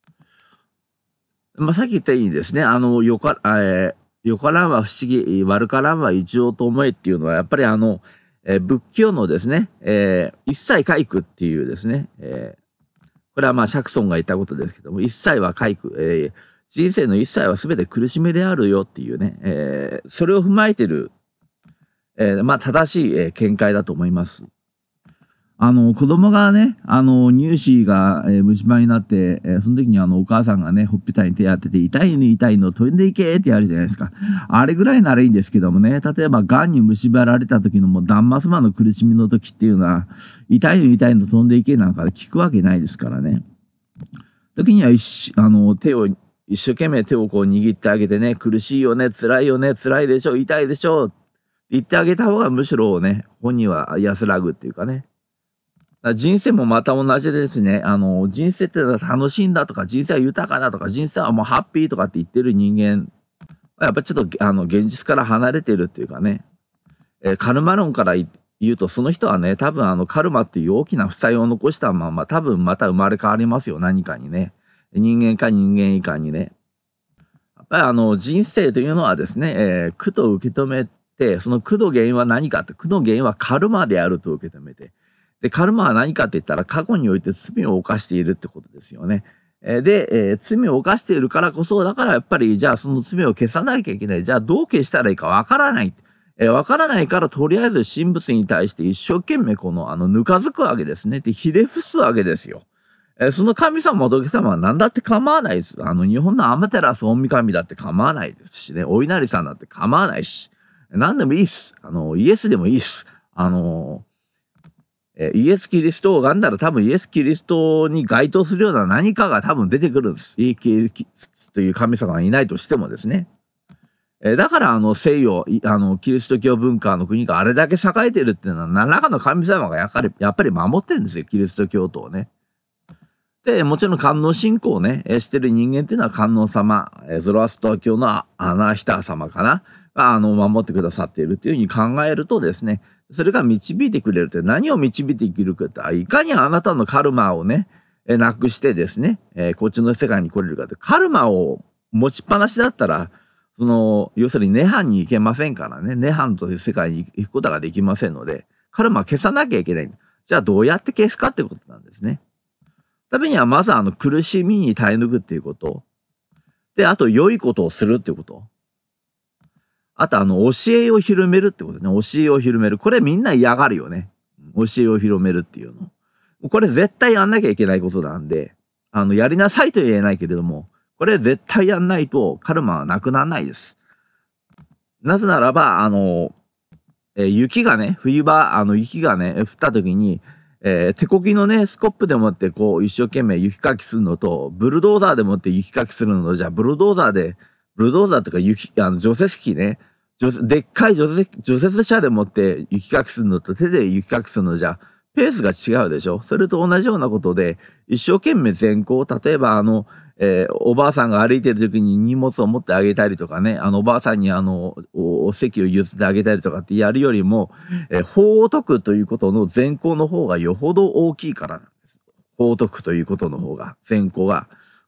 [SPEAKER 1] まあさっき言ったようにですね、あの、よか、えー、よからんは不思議、悪からんは一応と思えっていうのは、やっぱりあの、えー仏教のですね、えー一切皆苦っていうですね、えーこれはまあ釈尊が言ったことですけども、一切は皆苦、えー人生の一切は全て苦しみであるよっていうね、えーそれを踏まえてる、えーまあ正しい、えー見解だと思います。あの、子供がね、あの、乳歯が、えー虫歯になって、えーその時にあの、お母さんがね、ほっぺたに手当てて、痛いの痛いの、飛んでいけってやるじゃないですか。あれぐらいならいいんですけどもね、例えば、癌に虫歯られた時のもう、断末魔の苦しみの時っていうのは、痛いの痛いの、飛んでいけなんかで聞くわけないですからね。時には一し、あの、手を、一生懸命手をこう握ってあげてね、苦しいよね、辛いよね、辛いでしょ、痛いでしょ、言ってあげた方がむしろね、本人は安らぐっていうかね。人生もまた同じでですね、あの、人生って楽しいんだとか、人生は豊かだとか、人生はもうハッピーとかって言ってる人間、やっぱちょっと、あの、現実から離れてるっていうかね、えーカルマ論から言うと、その人はね、多分あの、カルマっていう大きな負債を残したまま、多分また生まれ変わりますよ、何かにね。人間か人間以下にね。やっぱりあの、人生というのはですね、えー苦と受け止めて、その苦の原因は何かって、苦の原因はカルマであると受け止めて、で、カルマは何かって言ったら、過去において罪を犯しているってことですよね。えーで、えー罪を犯しているからこそ、だからやっぱり、じゃあその罪を消さなきゃいけない。じゃあどう消したらいいかわからない。えーわからないから、とりあえず神仏に対して一生懸命この、あの、ぬかづくわけですね。で、ひれ伏すわけですよ。えーその神様、仏様は何だって構わないです。あの、日本の天照大神だって構わないですしね。お稲荷さんだって構わないし。何でもいいっす。あの、イエスでもいいっす。あのえーイエス・キリストを拝んだら多分イエス・キリストに該当するような何かが多分出てくるんです。イエキリストという神様がいないとしてもですね。えーだからあの西洋、いあの、キリスト教文化の国があれだけ栄えてるっていうのは何らかの神様がやっぱり、やっぱり守ってるんですよ、キリスト教徒をね。で、もちろん観音信仰をね、えーしてる人間っていうのは観音様、えーゾロアストア教のアアナヒタ様かなが、あの、守ってくださっているっていうふうに考えるとですね、それが導いてくれるって何を導いてくれるかって、いかにあなたのカルマをね、えーなくしてですね、えーこっちの世界に来れるかって、カルマを持ちっぱなしだったら、その、要するに涅槃に行けませんからね、涅槃という世界に行くことができませんので、カルマ消さなきゃいけない。じゃあどうやって消すかってことなんですね。ためにはまずあの苦しみに耐え抜くっていうこと。で、あと良いことをするっていうこと。あとあの教えを広めるってことね。教えを広める。これみんな嫌がるよね。教えを広めるっていうの。これ絶対やんなきゃいけないことなんで、あの、やりなさいとは言えないけれども、これ絶対やんないとカルマはなくならないです。なぜならば、あの、えー雪がね、冬場、あの、雪がね、降った時に、えー手こぎのね、スコップでもって、こう、一生懸命雪かきするのと、ブルドーザーでもって雪かきするのと、じゃあ、ブルドーザーで、ブルドーザーとか雪、あの、除雪機ね、除でっかい除雪、除雪車でもって雪かきするのと、手で雪かきするのじゃ、ペースが違うでしょ。それと同じようなことで、一生懸命善行、例えば、あの、えーおばあさんが歩いてる時に荷物を持ってあげたりとかね、あの、おばあさんにあの、お、お席を譲ってあげたりとかってやるよりも、えー法を解くということの善行の方がよほど大きいからなんです。法を解くということの方が、善行が。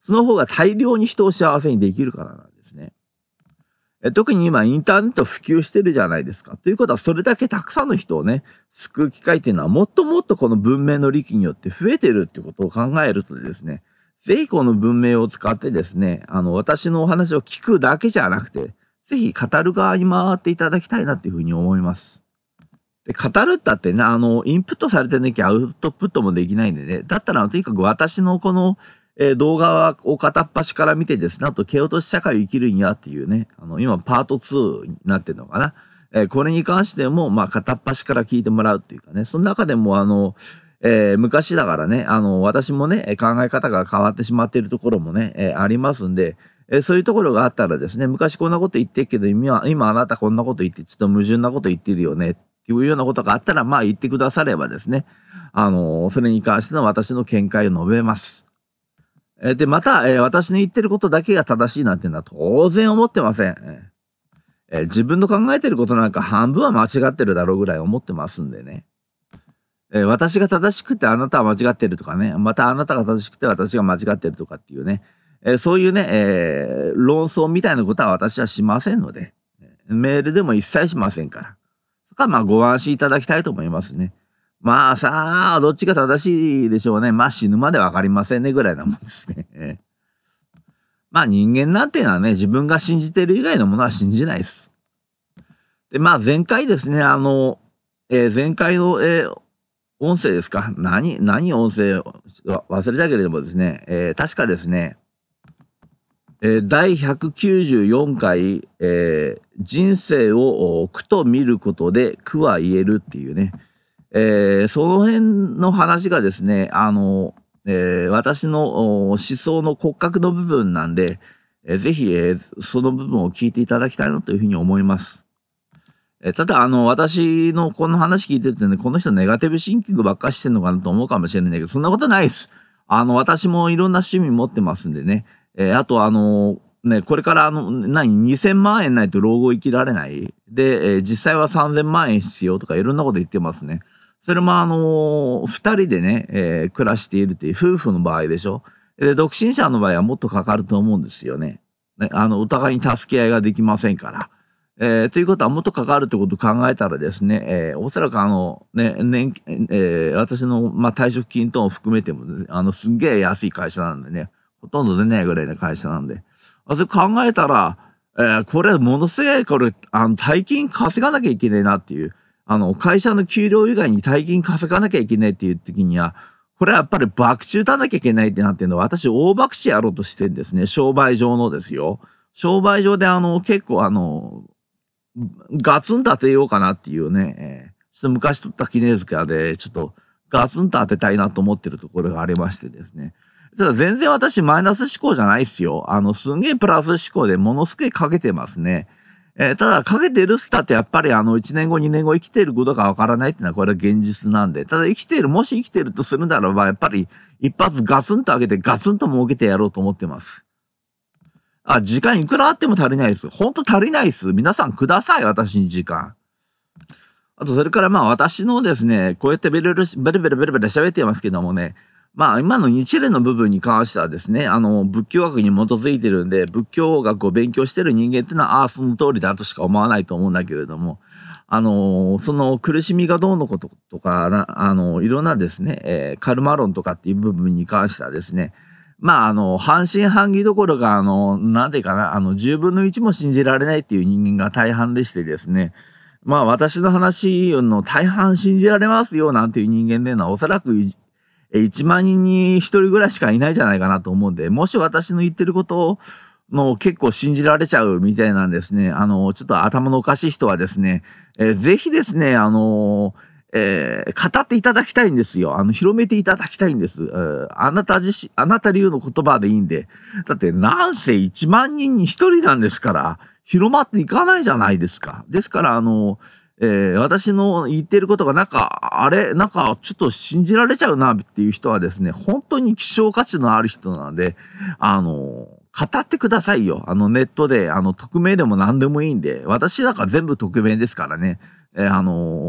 [SPEAKER 1] その方が大量に人を幸せにできるからなんですね。え特に今インターネット普及してるじゃないですか。ということはそれだけたくさんの人をね、救う機会っていうのはもっともっとこの文明の利器によって増えてるっていうことを考えるとですね、ぜひこの文明を使ってですね、あの私のお話を聞くだけじゃなくて、ぜひ語る側に回っていただきたいなっていうふうに思います。で語るったってね、あの、インプットされてなきゃアウトプットもできないんでね。だったら、とにかく私のこの、えー動画を片っ端から見てですね、あと、蹴落とし社会を生きるにはっていうね、あの、今、パートツーになってるのかな。えーこれに関しても、まあ、片っ端から聞いてもらうっていうかね、その中でも、あの、えー昔だからね、あの、私もね、考え方が変わってしまっているところもね、えーありますんで、えーそういうところがあったらですね、昔こんなこと言ってるけど、今、今あなたこんなこと言って、ちょっと矛盾なこと言ってるよね。っていうようなことがあったら、まあ言ってくださればですね、あの、それに関しての私の見解を述べます。えーで、また、えー私の言ってることだけが正しいなんていうのは当然思ってません。えー自分の考えてることなんか半分は間違ってるだろうぐらい思ってますんでね。えー私が正しくてあなたは間違ってるとかね、またあなたが正しくて私が間違ってるとかっていうね、えーそういうね、えー論争みたいなことは私はしませんので、メールでも一切しませんから。か、まあ、ご安心いただきたいと思いますね。まあさあ、どっちが正しいでしょうね。まあ死ぬまでわかりませんねぐらいなもんですね。まあ人間なんていうのはね、自分が信じてる以外のものは信じないです。で、まあ前回ですね、あの、えー前回の、えー音声ですか。何、何音声忘れたけれどもですね、えー確かですね、えー、だいひゃくきゅうじゅうよんかい、えー人生を苦と見ることで苦は言えるっていうね、えーその辺の話がですね、あの、えー私の思想の骨格の部分なんで、えーぜひ、えーその部分を聞いていただきたいなというふうに思います。えーただ、あの、私のこの話聞いててね、この人ネガティブシンキングばっかししてんのかなと思うかもしれないけど、そんなことないです。あの、私もいろんな趣味持ってますんでね。えーあと、あの、ね、これからあの、何、にせんまんえんないと老後生きられない。で、えー実際はさんぜんまんえん必要とかいろんなこと言ってますね。それもあのー、二人でね、えー暮らしているっていう夫婦の場合でしょ。で、独身者の場合はもっとかかると思うんですよね。ね、あの、お互いに助け合いができませんから。えーということはもっとかかるということを考えたらですね、えーおそらくあの、ね、年、えー私の、まあ、退職金等を含めても、ね、あの、すんげえ安い会社なんでね、ほとんど出ないぐらいの会社なんで。あそれ考えたら、えーこれ、ものすごい、これ、あの、大金稼がなきゃいけないなっていう、あの、会社の給料以外に大金稼がなきゃいけないっていう時には、これはやっぱり爆打たなきゃいけないってなってるのは、私、大爆死やろうとしてるんですね。商売上のですよ。商売上であの、結構あの、ガツンと当てようかなっていうね、えーちょっと昔取った記念塚で、ちょっとガツンと当てたいなと思ってるところがありましてですね。ただ全然私マイナス思考じゃないっすよ。あの、すんげえプラス思考でものすごいかけてますね。えーただ、かけてるスタってやっぱりあの、いちねんご、にねんご生きてることがわからないっていうのはこれは現実なんで。ただ生きてる、もし生きてるとするならば、やっぱり一発ガツンと上げてガツンと儲けてやろうと思ってます。あ、時間いくらあっても足りないです。ほんと足りないです。皆さんください、私に時間。あと、それからまあ私のですね、こうやってベルベル、ベルベルベルベル喋ってますけどもね、まあ今の日蓮の部分に関してはですね、あの、仏教学に基づいてるんで、仏教学を勉強してる人間っていうのは、ああ、その通りだとしか思わないと思うんだけれども、あの、その苦しみがどうのこととか、なあの、いろんなですね、えーカルマ論とかっていう部分に関してはですね、まあ、あの、半信半疑どころか、あの、なんていうかな、あの、じゅうぶんのいちも信じられないっていう人間が大半でしてですね、まあ、私の話の大半信じられますよなんていう人間でいうのは、おそらくいちまんにんにひとりぐらいしかいないんじゃないかなと思うんで、もし私の言ってることの結構信じられちゃうみたいなんですね、あの、ちょっと頭のおかしい人はですね、えーぜひですね、あのえー語っていただきたいんですよ。あの、広めていただきたいんです。えーあなた自身、あなた流の言葉でいいんで。だって、なんせいちまんにんにひとりなんですから、広まっていかないじゃないですか。ですから、あの、えー私の言ってることがなんか、あれ、なんかちょっと信じられちゃうなっていう人はですね、本当に希少価値のある人なので、あの、語ってくださいよ。あの、ネットで、あの、匿名でも何でもいいんで、私だから全部匿名ですからね。えーあの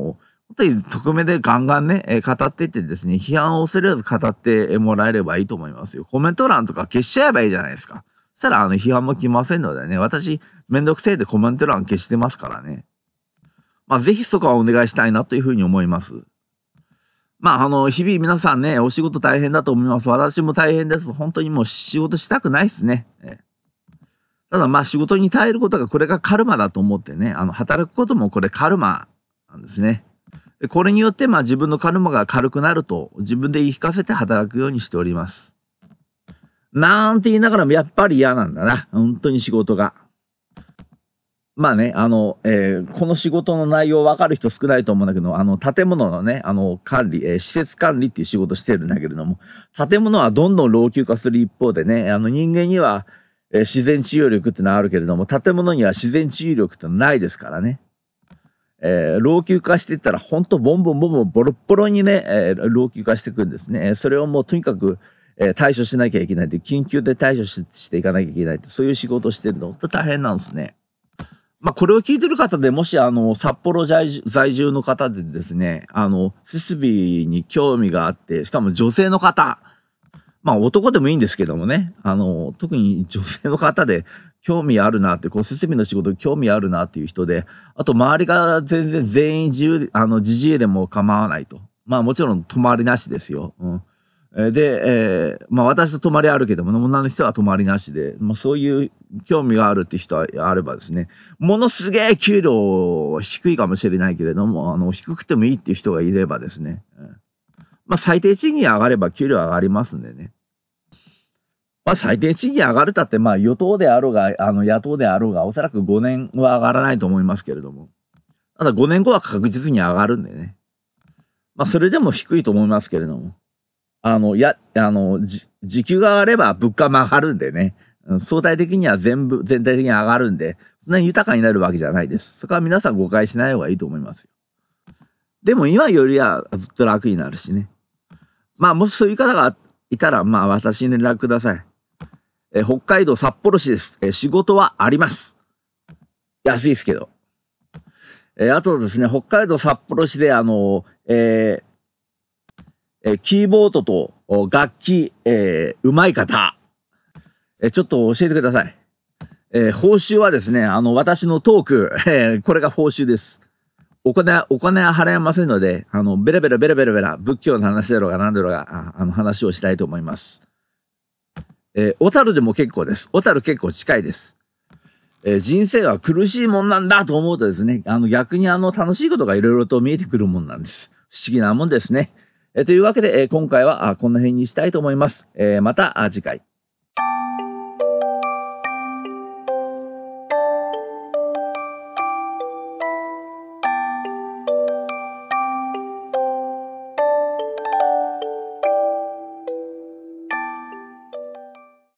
[SPEAKER 1] 本当に匿名でガンガンね、えー語っていってですね、批判を恐れず語ってもらえればいいと思いますよ。コメント欄とか消しちゃえばいいじゃないですか。そしたら、あの、批判も来ませんのでね、私、めんどくせえでコメント欄消してますからね。まあ、ぜひそこはお願いしたいなというふうに思います。まあ、あの、日々皆さんね、お仕事大変だと思います。私も大変です。本当にもう仕事したくないですね。えただまあ仕事に耐えることがこれがカルマだと思ってね、あの、働くこともこれカルマなんですね。でこれによってまあ自分のカルマが軽くなると自分で言い聞かせて働くようにしております。なんて言いながらもやっぱり嫌なんだな。本当に仕事が。まあね、あの、えーこの仕事の内容分かる人少ないと思うんだけど、あの、建物のね、あの、管理、えー施設管理っていう仕事してるんだけれども、建物はどんどん老朽化する一方でね、あの、人間には、えー自然治癒力ってのはあるけれども、建物には自然治癒力ってのはないですからね。えー老朽化していったら、ほんとボンボンボンボンボロッボロにね、えー老朽化していくんですね。えーそれをもうとにかく、えー対処しなきゃいけないって、緊急で対処ししていかなきゃいけないって、そういう仕事をしてるの、ほんと大変なんですね。まあ、これを聞いてる方でもし、あの、札幌在住在住の方でですね、あの、設備に興味があって、しかも女性の方、まあ、男でもいいんですけどもね、あの、特に女性の方で興味あるなって、こう、設備の仕事に興味あるなっていう人で、あと、周りが全然全員自由、あの、自治でも構わないと。まあ、もちろん、泊まりなしですよ。うん。えーで、えーまあ私と泊まりあるけども、女の人は泊まりなしで、まあそういう興味があるって人はあればですね、ものすげえ給料低いかもしれないけれども、あの、低くてもいいっていう人がいればですね、うんまあ最低賃金上がれば給料上がりますんでね。まあ最低賃金上がるたって、まあ与党であろうが、あの野党であろうが、おそらくごねんは上がらないと思いますけれども、ただごねんごは確実に上がるんでね。まあそれでも低いと思いますけれども。あの、や、あの、じ、時給が上がれば物価も上がるんでね。うん相対的には全部、全体的に上がるんで、そんなに豊かになるわけじゃないです。そこは皆さん誤解しない方がいいと思いますよ。でも今よりはずっと楽になるしね。まあ、もしそういう方がいたら、まあ、私に連絡ください。え、北海道札幌市です。え、仕事はあります。安いですけど。え、あとですね、北海道札幌市で、あの、えーえーキーボードとお楽器、えーうまい方、えーちょっと教えてください。えー報酬はですね、あの、私のトーク、えーこれが報酬です。お金、お金は払えませんので、あの、ベラベラベラベラベラ、仏教の話だろうが何だろうが、ああの、話をしたいと思います。えー小樽でも結構です。小樽結構近いです。えー人生は苦しいもんなんだと思うとですね、あの、逆にあの、楽しいことがいろいろと見えてくるもんなんです。不思議なもんですね。えーというわけで、えー今回はあこんな辺にしたいと思います。えーまたあ次回。